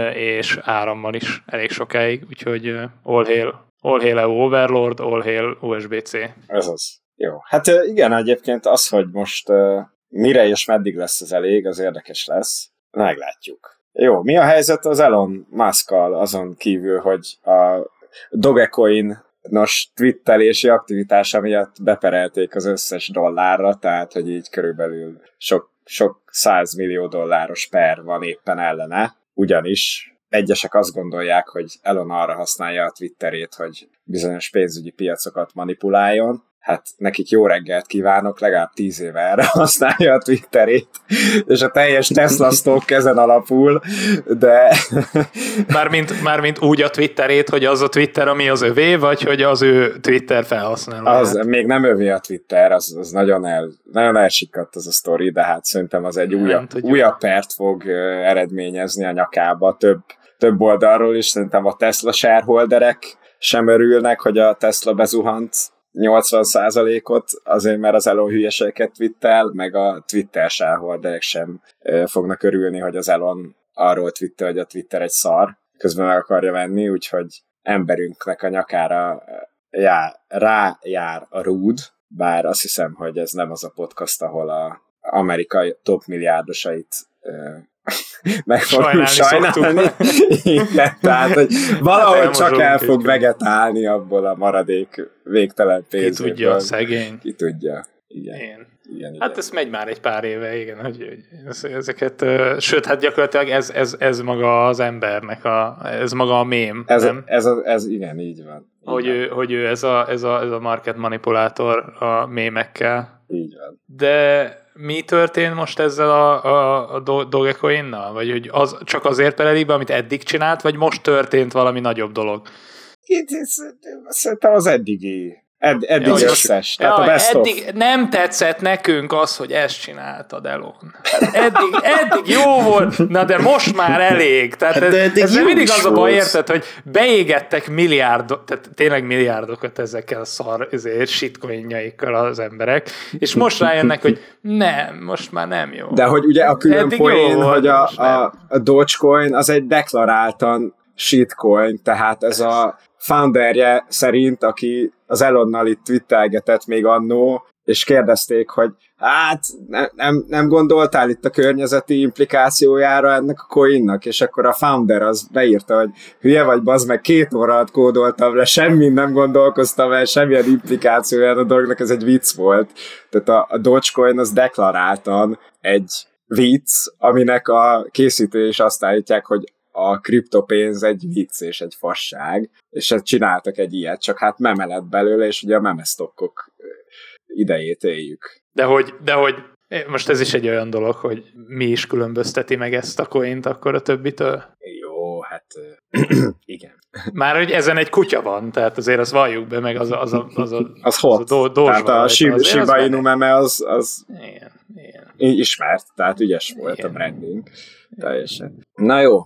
és árammal is elég sokáig, úgyhogy all hail, all hail é u Overlord, all hail u es bé cé. Ez az. Jó. Hát igen, egyébként az, hogy most mire és meddig lesz ez elég, az érdekes lesz. Meglátjuk. Jó, mi a helyzet az Elon Musk-kal azon kívül, hogy a Dogecoin nos twittelési aktivitása miatt beperelték az összes dollárra, tehát hogy így körülbelül sok, sok százmillió dolláros per van éppen ellene, ugyanis egyesek azt gondolják, hogy Elon arra használja a Twitterét, hogy bizonyos pénzügyi piacokat manipuláljon. Hát nekik jó reggelt kívánok, legalább tíz éve erre használja a Twitterét, és a teljes Tesla stock ezen alapul, de... Mármint, mármint úgy a Twitterét, hogy az a Twitter, ami az övé, vagy hogy az ő Twitter felhasználója? Az még nem övé a Twitter, az, az nagyon, el, nagyon elsikadt az a sztori, de hát szerintem az egy újabb, újabb pert fog eredményezni a nyakába, több, több oldalról is, szerintem a Tesla shareholderek sem örülnek, hogy a Tesla bezuhant nyolcvan százalékot, azért mert az Elon hülyeségeket twittel, meg a Twitter shareholderek sem fognak örülni, hogy az Elon arról twitter, hogy a Twitter egy szar, közben meg akarja venni, úgyhogy emberünknek a nyakára já, rájár a rúd, bár azt hiszem, hogy ez nem az a podcast, ahol a amerikai top milliárdosait meg fogjuk sajnálni. sajnálni. Igen, tehát, hogy valahogy hát csak el fog vegetálni abból a maradék végtelen pénzből. Ki tudja, szegény. Ki tudja. Igen. Igen. Igen, hát igen. ez megy már egy pár éve, igen, hogy, hogy ezeket, sőt, hát gyakorlatilag ez, ez, ez maga az embernek, a, ez maga a mém, ez, nem? Ez, ez, ez igen, így van. Így hogy, van. Ő, hogy ő ez a, ez, a, ez a market manipulátor a mémekkel. Így van. De mi történt most ezzel a, a, a Dogecoinnal? Vagy hogy az, csak azért perelik be, amit eddig csinált, vagy most történt valami nagyobb dolog? Itt, szerintem az eddigi. Edd, eddig ja, összes. Tehát ja, a best eddig of. Nem tetszett nekünk az, hogy ezt csináltad, Elon. Hát eddig, eddig jó volt, na de most már elég. Tehát hát ez, ez mindig az a baj, érted, hogy beégettek milliárdok, tehát tényleg milliárdokat ezekkel a szar shitcoinjaikkal az emberek, és most rájönnek, hogy nem, most már nem jó. De hogy ugye a külön poén, hogy a, a, a Dogecoin az egy deklaráltan shitcoin, tehát ez a founderje szerint, aki az Elonnal itt twittelgetett még annó, és kérdezték, hogy hát ne, nem, nem gondoltál itt a környezeti implikációjára ennek a coinnak, és akkor a founder az beírta, hogy hülye vagy, bazd meg, két órát kódoltam le, semmin nem gondolkoztam el, semmilyen implikációjára a dolognak, ez egy vicc volt. Tehát a, a Dogecoin az deklaráltan egy vicc, aminek a készítői is azt állítják, hogy a kriptopénz egy vicc és egy fasság, és csináltak egy ilyet, csak hát meme lett belőle, és ugye a memesztokkok idejét éljük. De hogy, de hogy most ez is egy olyan dolog, hogy mi is különbözteti meg ezt a coint akkor a többitől? Jó, hát igen. Már hogy ezen egy kutya van, tehát azért azt valljuk be, meg az a az a, az a, az hot. Az a do, tehát a Shiba Inu meme az, az igen, igen. ismert, tehát ügyes volt igen. A branding. Teljesen. Na jó,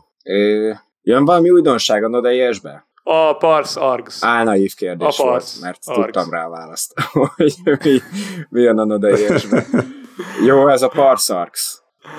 jön valami újdonság a Node.js-be? A Parse Args. Álnaív kérdés volt, mert Args. Tudtam rá választ, hogy mi, mi jön a Node.js-be. Jó, ez a Parse Args.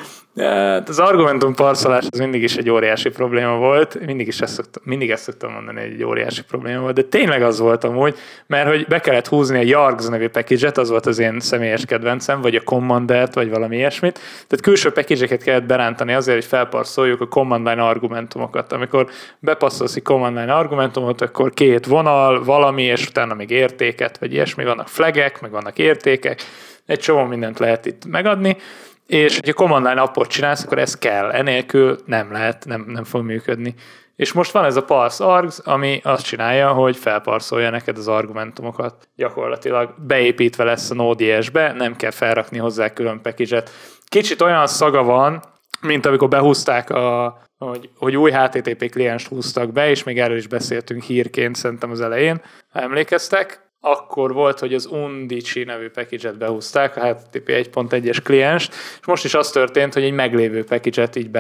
Az argumentum parszolás az mindig is egy óriási probléma volt, mindig is ezt szoktam, mindig ezt szoktam mondani, hogy egy óriási probléma volt, de tényleg az volt amúgy, mert hogy be kellett húzni a Yargs nevű package-et, az volt az én személyes kedvencem, vagy a Commandert, vagy valami ilyesmit, tehát külső package-eket kellett berántani azért, hogy felparszoljuk a command line argumentumokat. Amikor bepasszolsz egy command line argumentumot, akkor két vonal, valami, és utána még értéket, vagy ilyesmi, vannak flagek, meg vannak értékek, egy csomó mindent lehet itt megadni, és ha command line appot csinálsz, akkor ez kell. Enélkül nem lehet, nem, nem fog működni. És most van ez a Parse Args, ami azt csinálja, hogy felparszolja neked az argumentumokat. Gyakorlatilag beépítve lesz a Node.js-be, nem kell felrakni hozzá külön package-et. Kicsit olyan szaga van, mint amikor behúzták, a, hogy, hogy új há té té pé klienst húztak be, és még erről is beszéltünk hírként szerintem az elején, ha emlékeztek. Akkor volt, hogy az Undici nevű package-et behúzták, a há té té pé egy pont egyes klienst, és most is az történt, hogy egy meglévő package-et így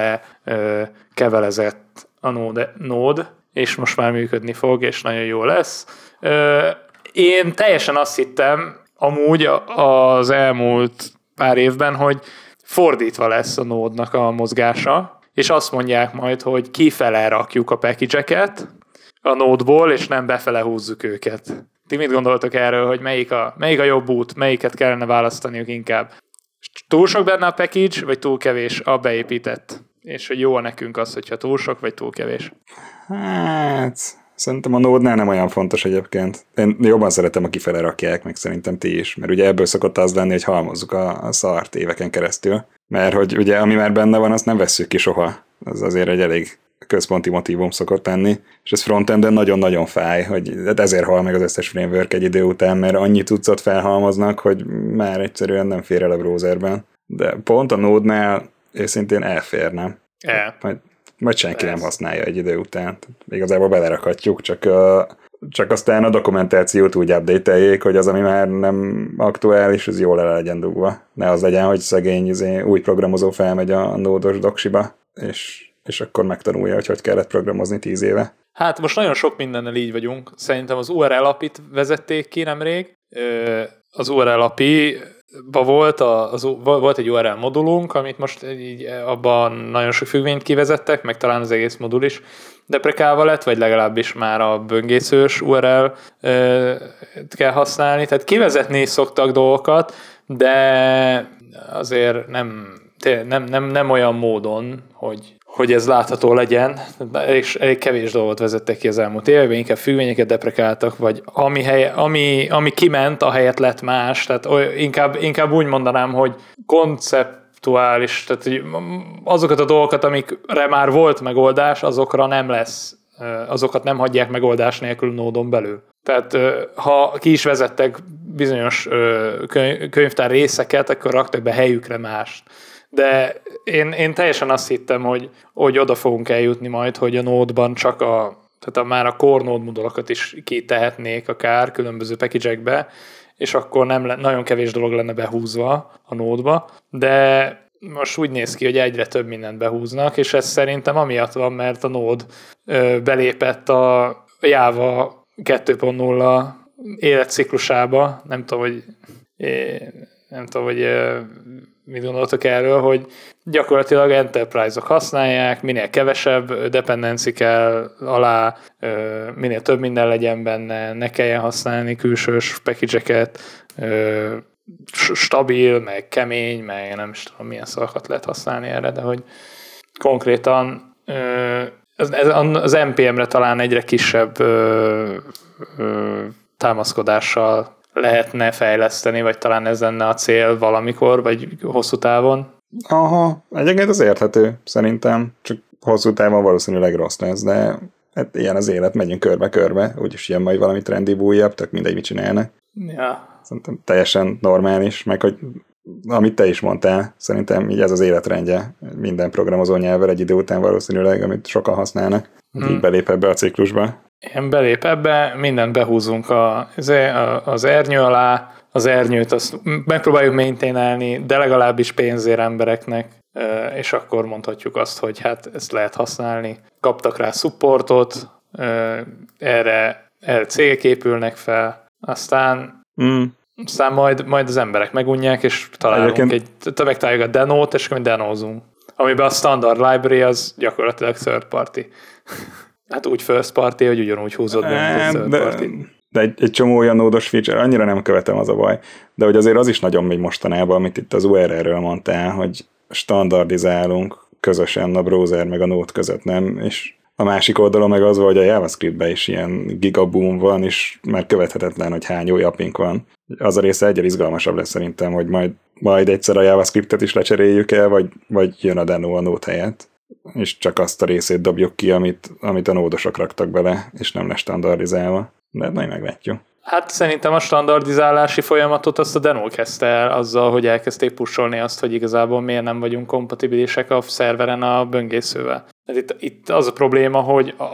bekevelezett a Node, Node, és most már működni fog, és nagyon jó lesz. Ö, én teljesen azt hittem, amúgy az elmúlt pár évben, hogy fordítva lesz a Node-nak a mozgása, és azt mondják majd, hogy kifele rakjuk a package-eket a Node-ból, és nem befele húzzuk őket. Ti mit gondoltok erről, hogy melyik a, melyik a jobb út, melyiket kellene választaniuk inkább? Túl sok benne a package, vagy túl kevés a beépített? És hogy jó nekünk az, hogyha túl sok, vagy túl kevés? Hát, szerintem a Node-nál nem olyan fontos egyébként. Én jobban szeretem, a kifele rakják, meg szerintem ti is, mert ugye ebből szokott az lenni, hogy halmozzuk a, a szart éveken keresztül. Mert hogy ugye, ami már benne van, azt nem vesszük ki soha. Az azért egy elég központi motívum szokott lenni, és ez frontenden nagyon-nagyon fáj, hogy ezért hal meg az összes framework egy idő után, mert annyi cuccot felhalmoznak, hogy már egyszerűen nem fér el a browserben. De pont a Node-nál őszintén elférne. El. Majd, majd senki Persze. nem használja egy idő után. Igazából belerakhatjuk, csak, uh, csak aztán a dokumentációt úgy update-eljék, hogy az, ami már nem aktuális, az jól el legyen dugva. Ne az legyen, hogy szegény új programozó felmegy a Node-os doksiba, és és akkor megtanulja, hogy hogy kellett programozni tíz éve. Hát most nagyon sok mindennel így vagyunk. Szerintem az u er el apit vezették ki nemrég. Az u er el apiba volt, az, volt egy u er el modulunk, amit most így abban nagyon sok függvényt kivezettek, meg talán az egész modul is deprekálva lett, vagy legalábbis már a böngészős u er el kell használni. Tehát kivezetni szoktak dolgokat, de azért nem nem, nem, nem olyan módon, hogy, hogy ez látható legyen, és elég kevés dolgot vezettek ki az elmúlt években, inkább függvényeket deprekáltak, vagy ami, hely, ami, ami kiment, a helyet lett más, tehát oly, inkább, inkább úgy mondanám, hogy konceptuális, tehát azokat a dolgokat, amikre már volt megoldás, azokra nem lesz, azokat nem hagyják megoldás nélkül nódon belül. Tehát ha ki is vezettek bizonyos könyvtár részeket, akkor raktak be helyükre mást. De én, én teljesen azt hittem, hogy, hogy oda fogunk eljutni majd, hogy a nódban csak a, tehát a, már a core node modulokat is kitehetnék akár különböző package-ekbe, és akkor nem le, nagyon kevés dolog lenne behúzva a nódba, de most úgy néz ki, hogy egyre több mindent behúznak, és ez szerintem amiatt van, mert a Node ö, belépett a Java kettő pont nulla életciklusába, nem tudom, hogy nem tudom, hogy mit gondoltok erről, hogy gyakorlatilag enterprise-ok használják, minél kevesebb dependency kell alá, minél több minden legyen benne, ne kelljen használni külsős package-eket, stabil, meg kemény, meg nem is tudom, milyen szavakat lehet használni erre, de hogy konkrétan az en pé em-re talán egyre kisebb támaszkodással lehetne fejleszteni, vagy talán ez lenne a cél valamikor, vagy hosszú távon? Aha, egyébként az érthető, szerintem. Csak hosszú távon valószínűleg rossz lesz, de hát ilyen az élet, megyünk körbe-körbe, úgyis jön majd valami trendy újabb, tök mindegy, mit csinálnak. Ja. Szerintem teljesen normális, meg hogy amit te is mondtál, szerintem így ez az életrendje minden programozó nyelvvel egy idő után valószínűleg, amit sokan használnak, hmm. így belép ebbe a ciklusba. Én belép ebbe, mindent behúzunk a, az ernyő alá, az ernyőt azt megpróbáljuk maintainálni, de legalábbis pénzért embereknek, és akkor mondhatjuk azt, hogy hát ezt lehet használni. Kaptak rá supportot, erre, erre cégek épülnek fel, aztán mm. aztán majd, majd az emberek megunják, és találunk Egyébként... egy megtaláljuk a denót, és akkor mi denózunk. Amiben a standard library az gyakorlatilag third party. Hát úgy first party, hogy ugyanúgy húzott be, third de, party. De egy, egy csomó olyan nódos feature, annyira nem követem, az a baj. De hogy azért az is nagyon megy mostanában, amit itt az u er el-ről mondtál, hogy standardizálunk közösen a browser meg a Node között, nem? És a másik oldalon meg az, hogy a JavaScriptben is ilyen gigaboom van, és már követhetetlen, hogy hány új appink van. Az a része egyre izgalmasabb lesz szerintem, hogy majd, majd egyszer a JavaScriptet is lecseréljük el, vagy, vagy jön a deno a Node helyett, és csak azt a részét dobjuk ki, amit, amit a nódosok raktak bele, és nem lesz standardizálva. De majd meglátjuk. Hát szerintem a standardizálási folyamatot azt a Deno kezdte el azzal, hogy elkezdték pusolni azt, hogy igazából miért nem vagyunk kompatibilisek a szerveren a böngészővel. Itt, itt az a probléma, hogy a,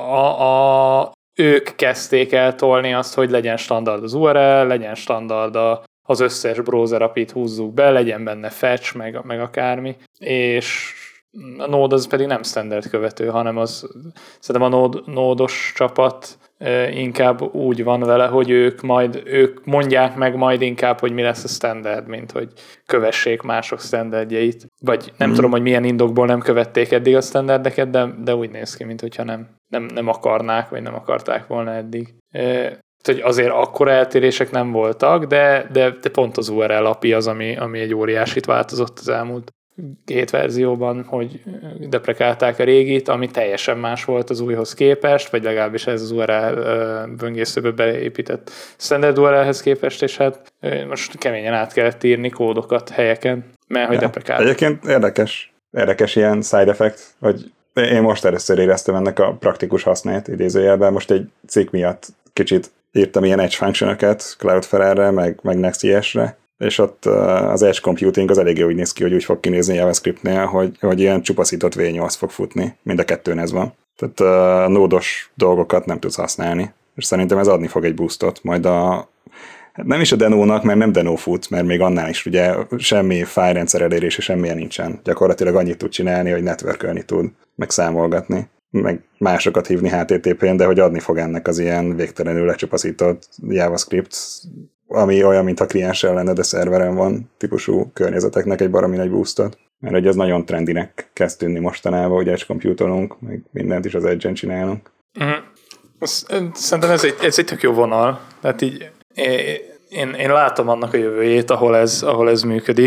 a, ők kezdték el tolni azt, hogy legyen standard az u er el, legyen standard a, az összes browser appit húzzuk be, legyen benne fetch, meg, meg akármi, és a Node az pedig nem standard követő, hanem az szerintem a Node, Node-os csapat inkább úgy van vele, hogy ők majd, ők mondják meg majd inkább, hogy mi lesz a standard, mint hogy kövessék mások standardjait. Vagy nem mm. tudom, hogy milyen indokból nem követték eddig a standardeket, de, de úgy néz ki, mint hogyha nem, nem, nem akarnák, vagy nem akarták volna eddig. E, hogy azért akkora eltérések nem voltak, de, de, de pont az u er el á pé i az, ami, ami egy óriásit változott az elmúlt két verzióban, hogy deprekálták a régit, ami teljesen más volt az újhoz képest, vagy legalábbis ez az u er el böngészőbe beépített standard u er elhez képest, és hát most keményen át kellett írni kódokat helyeken, mert hogy ja, deprekálták. Egyébként érdekes, érdekes ilyen side effect, hogy én most először éreztem ennek a praktikus hasznát idézőjelben, most egy cikk miatt kicsit írtam ilyen edge functionokat Cloudflare-re, meg, meg Next.js-re, és ott az edge computing az eléggé úgy néz ki, hogy úgy fog kinézni JavaScriptnél, hogy, hogy ilyen csupaszított vé nyolc fog futni, mind a kettőn ez van. Tehát uh, nódos dolgokat nem tudsz használni, és szerintem ez adni fog egy boostot, majd a nem is a denónak, mert nem denó fut, mert még annál is ugye semmi fájlrendszer elérése semmilyen nincsen. Gyakorlatilag annyit tud csinálni, hogy networkölni tud, meg számolgatni, meg másokat hívni há té té pén, de hogy adni fog ennek az ilyen végtelenül lecsupaszított JavaScript, ami olyan, mintha klienssel lenne, de szerveren van típusú környezeteknek egy baromi nagy boostot. Mert hogy ez nagyon trendinek kezd tűnni mostanában, hogy edge computerolunk, meg mindent is az edge-en csinálunk. Mm. Szerintem ez egy, ez egy tök jó vonal. Tehát így én, én látom annak a jövőjét, ahol ez, ahol ez működik.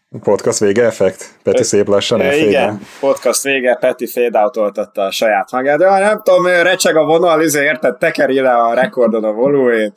Podcast vége effekt? Peti szép lassan elféde. Igen, podcast vége, Peti fade-out-oltatta a saját hangját. Ja, nem tudom, recseg a vonal, izé, érted, tekeri le a rekordon a voluét.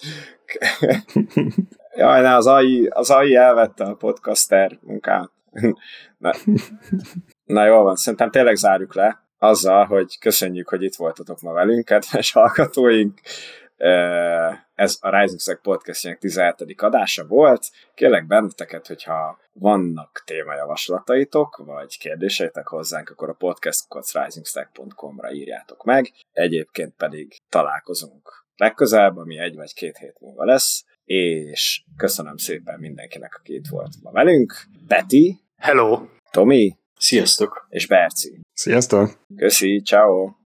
Jaj, ne, az á i, az á i elvette a podcaster munkát. Na, na jól van, szerintem tényleg zárjuk le azzal, hogy köszönjük, hogy itt voltatok ma velünk, kedves hallgatóink. Ez a Rising Stack podcastjának tizenhetedik adása volt. Kérlek benneteket, hogyha vannak témajavaslataitok, vagy kérdéseitek hozzánk, akkor a podcast kukac rising stack pont com-ra írjátok meg. Egyébként pedig találkozunk legközelebb, ami egy vagy két hét múlva lesz, és köszönöm szépen mindenkinek, aki itt volt ma velünk. Peti. Hello. Tomi. Sziasztok. És Berci. Sziasztok. Köszi, ciao.